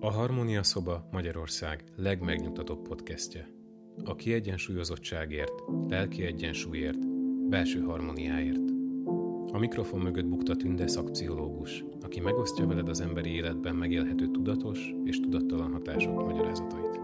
A Harmónia Szoba Magyarország legmegnyugtatóbb podcastje. A kiegyensúlyozottságért, lelki egyensúlyért, belső harmóniáért. A mikrofon mögött bukta Tünde szakpszichológus, aki megosztja veled az emberi életben megélhető tudatos és tudattalan hatások magyarázatait.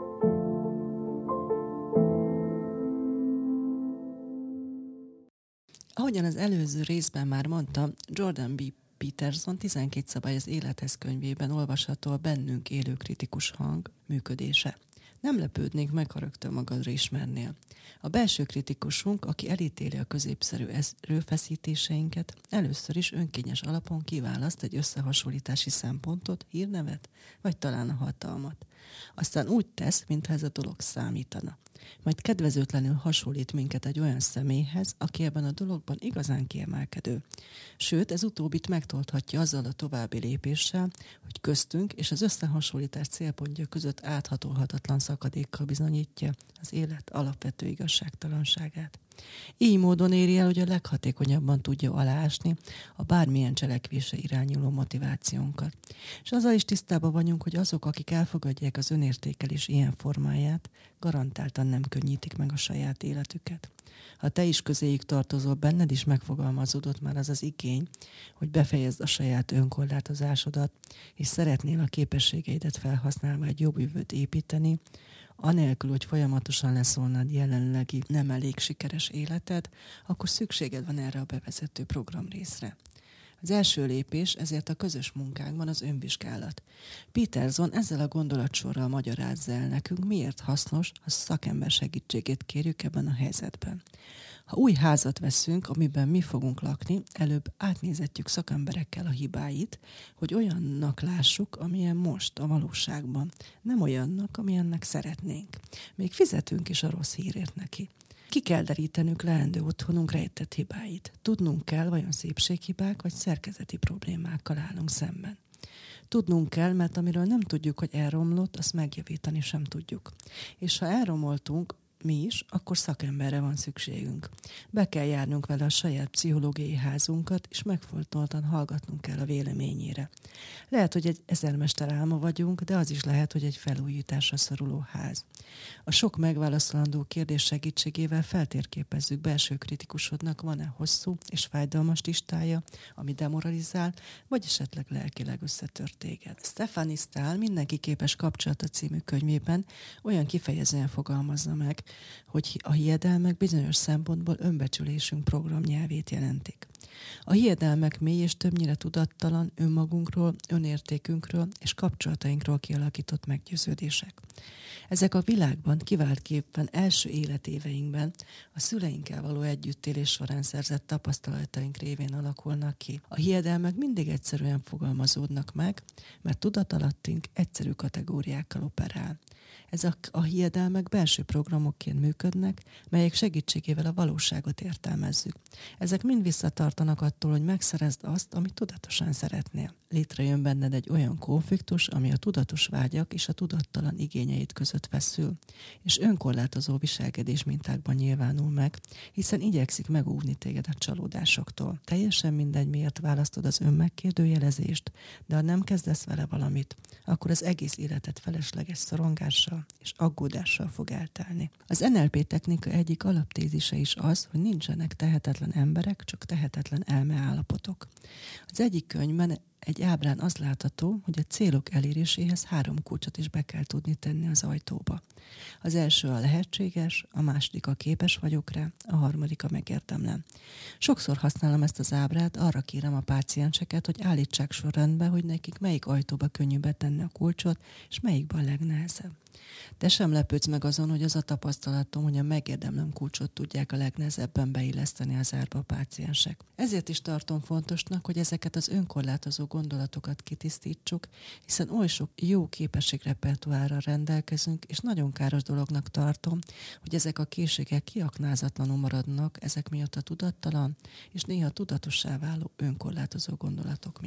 Ahogyan az előző részben már mondtam, Jordan B. Peterson 12 szabály az élethez könyvében olvasható a bennünk élő kritikus hang működése. Nem lepődnék meg, ha rögtön magadra ismernél. A belső kritikusunk, aki elítéli a középszerű erőfeszítéseinket, először is önkényes alapon kiválaszt egy összehasonlítási szempontot, hírnevet, vagy talán a hatalmat. Aztán úgy tesz, mintha ez a dolog számítana. Majd kedvezőtlenül hasonlít minket egy olyan személyhez, aki ebben a dologban igazán kiemelkedő. Sőt, ez utóbbit megtolthatja azzal a további lépéssel, hogy köztünk és az összehasonlítás célpontja között áthatolhatatlan szakadékkal bizonyítja az élet alapvető igazságtalanságát. Így módon éri el, hogy a leghatékonyabban tudja aláásni a bármilyen cselekvése irányuló motivációnkat. És azzal is tisztában vagyunk, hogy azok, akik elfogadják az önértékelés ilyen formáját, garantáltan nem könnyítik meg a saját életüket. Ha te is közéjük tartozol, benned is megfogalmazódott már az az igény, hogy befejezd a saját önkorlátozásodat, és szeretnél a képességeidet felhasználva egy jobb jövőt építeni, anélkül, hogy folyamatosan leszólnád jelenlegi nem elég sikeres életed, akkor szükséged van erre a bevezető programrészre. Az első lépés ezért a közös munkánkban az önvizsgálat. Peterson ezzel a gondolatsorral magyarázza el nekünk, miért hasznos, ha szakember segítségét kérjük ebben a helyzetben. Ha új házat veszünk, amiben mi fogunk lakni, előbb átnézetjük szakemberekkel a hibáit, hogy olyannak lássuk, amilyen most a valóságban, nem olyannak, amilyennek szeretnénk. Még fizetünk is a rossz hírért neki. Ki kell derítenünk leendő otthonunk rejtett hibáit. Tudnunk kell, vajon szépséghibák vagy szerkezeti problémákkal állunk szemben. Tudnunk kell, mert amiről nem tudjuk, hogy elromlott, azt megjavítani sem tudjuk. És ha elromoltunk, mi is, akkor szakemberre van szükségünk. Be kell járnunk vele a saját pszichológiai házunkat, és megfontoltan hallgatnunk kell a véleményére. Lehet, hogy egy ezermester álma vagyunk, de az is lehet, hogy egy felújításra szoruló ház. A sok megválaszolandó kérdés segítségével feltérképezzük belső kritikusodnak van-e hosszú és fájdalmas listája, ami demoralizál, vagy esetleg lelkileg összetört téged. Stefanie Stahl Mindenki képes kapcsolata című könyvében olyan kifejezően fogalmazza meg, hogy a hiedelmek bizonyos szempontból önbecsülésünk programnyelvét jelentik. A hiedelmek mély és többnyire tudattalan önmagunkról, önértékünkről és kapcsolatainkról kialakított meggyőződések. Ezek a világban kiváltképpen első életéveinkben a szüleinkkel való együttélés során szerzett tapasztalataink révén alakulnak ki. A hiedelmek mindig egyszerűen fogalmazódnak meg, mert tudatalattunk egyszerű kategóriákkal operál. Ezek a hiedelmek belső programokként működnek, melyek segítségével a valóságot értelmezzük. Ezek mind visszatartanak attól, hogy megszerezd azt, amit tudatosan szeretnél. Létrejön benned egy olyan konfliktus, ami a tudatos vágyak és a tudattalan igényeid között feszül, és önkorlátozó viselkedés mintákban nyilvánul meg, hiszen igyekszik megóvni téged a csalódásoktól. Teljesen mindegy, miért választod az önmegkérdőjelezést, de ha nem kezdesz vele valamit, akkor az egész életed felesleges szorongással és aggódással fog eltelni. Az NLP technika egyik alaptézise is az, hogy nincsenek tehetetlen emberek, csak tehetetlen elmeállapotok. Az egyik könyvben egy ábrán az látható, hogy a célok eléréséhez 3 kulcsot is be kell tudni tenni az ajtóba. Az első a lehetséges, a második a képes vagyok rá, a harmadik a megérdemlem. Sokszor használom ezt az ábrát, arra kérem a pácienseket, hogy állítsák sorrendbe, hogy nekik melyik ajtóba könnyű betenni a kulcsot, és melyikbe a legnehezebb. De sem lepődsz meg azon, hogy az a tapasztalatom, hogy a megérdemlem kulcsot tudják a legnehezebben beilleszteni az árba a páciensek. Ezért is tartom fontosnak, hogy ezeket az önkorlátozó gondolatokat kitisztítsuk, hiszen oly sok jó képességrepertoárral rendelkezünk, és nagyon káros dolognak tartom, hogy ezek a készségek kiaknázatlanul maradnak ezek miatt a tudattalan, és néha tudatossá váló önkorlátozó gondolatok miatt.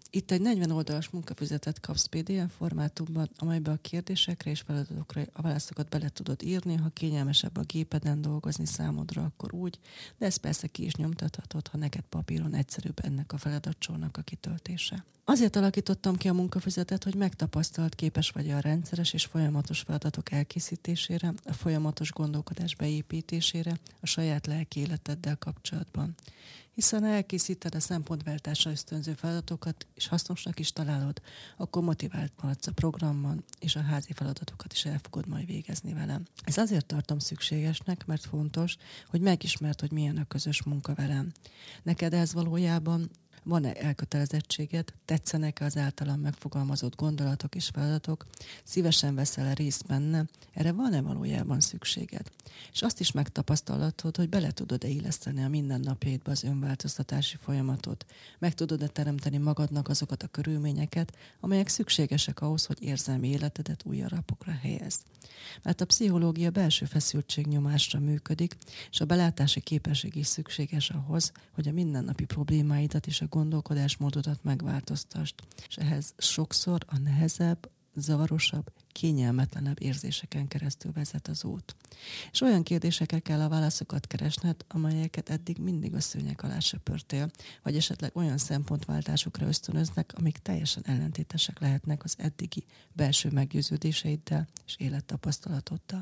Itt egy 40 oldalas munkafüzetet kapsz PDF formátumban, amelybe a kérdésekre és feladatokra a válaszokat bele tudod írni, ha kényelmesebb a gépeden dolgozni számodra, akkor úgy, de ezt persze ki is nyomtathatod, ha neked papíron egyszerűbb ennek a feladatsornak a kitöltése. Azért alakítottam ki a munkafüzetet, hogy megtapasztalt képes vagy a rendszeres és folyamatos feladatok elkészítésére, a folyamatos gondolkodás beépítésére, a saját lelki életeddel kapcsolatban. Hiszen ha elkészíted a szempontváltásra ösztönző feladatokat, és hasznosnak is találod, akkor motivált maradsz a programban, és a házi feladatokat is el fogod majd végezni velem. Ez azért tartom szükségesnek, mert fontos, hogy megismerd, hogy milyen a közös munka velem. Neked ez valójában van-e elkötelezettséged, tetszenek-e az általam megfogalmazott gondolatok és feladatok, szívesen veszel-e részt benne, erre van-e valójában szükséged? És azt is megtapasztalhatod, hogy bele tudod-e illeszteni a mindennapjaidba az önváltoztatási folyamatot, meg tudod-e teremteni magadnak azokat a körülményeket, amelyek szükségesek ahhoz, hogy érzelmi életedet új alapokra helyezd. Mert a pszichológia belső feszültségnyomásra működik, és a belátási képesség is szükséges ahhoz, hogy a mindennapi problémáidat és a gondolkodásmódodat megváltoztasd. És ehhez sokszor a nehezebb, zavarosabb, kényelmetlenebb érzéseken keresztül vezet az út. És olyan kérdésekre kell a válaszokat keresned, amelyeket eddig mindig a szőnyeg alá söpörtél, vagy esetleg olyan szempontváltásokra ösztönöznek, amik teljesen ellentétesek lehetnek az eddigi belső meggyőződéseiddel és élettapasztalatoddal.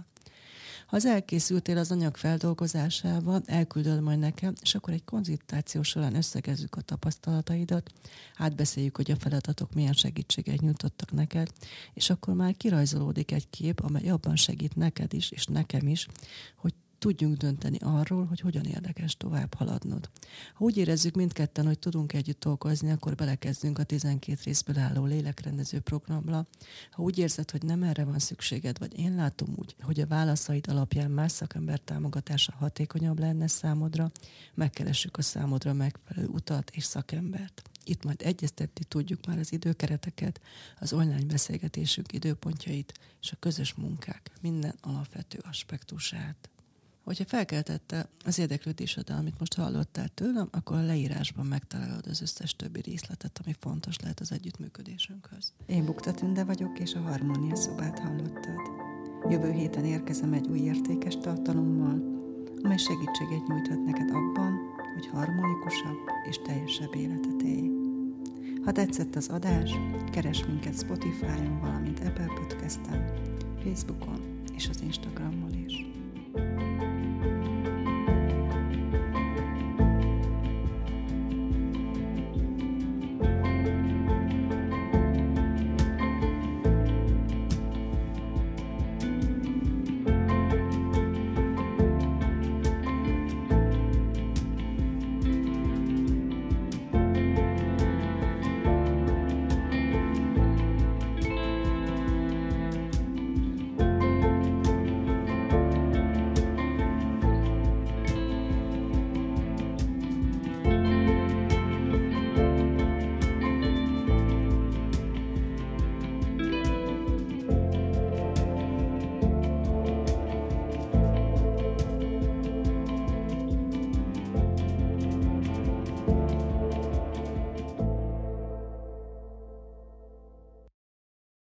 Ha az elkészültél az anyag feldolgozásában, elküldöd majd nekem, és akkor egy konzultáció során összegezzük a tapasztalataidat, átbeszéljük, hogy a feladatok milyen segítséget nyújtottak neked, és akkor már kirajzolódik egy kép, amely abban segít neked is, és nekem is, hogy tudjunk dönteni arról, hogy hogyan érdekes tovább haladnod. Ha úgy érezzük mindketten, hogy tudunk együtt dolgozni, akkor belekezdünk a 12 részből álló lélekrendező programba. Ha úgy érzed, hogy nem erre van szükséged, vagy én látom úgy, hogy a válaszaid alapján más szakember támogatása hatékonyabb lenne számodra, megkeressük a számodra megfelelő utat és szakembert. Itt majd egyeztetni tudjuk már az időkereteket, az online beszélgetésünk időpontjait és a közös munkák minden alapvető aspektusát. Hogyha felkeltette az érdeklődésed, amit most hallottál tőlem, akkor a leírásban megtalálod az összes többi részletet, ami fontos lehet az együttműködésünkhöz. Én Bukta Tünde vagyok, és a Harmónia Szobát hallottad. Jövő héten érkezem egy új értékes tartalommal, amely segítséget nyújthat neked abban, hogy harmonikusabb és teljesebb életet élj. Ha tetszett az adás, keresd minket Spotify-on, valamint Apple Podcast-en, Facebookon és az Instagramon is.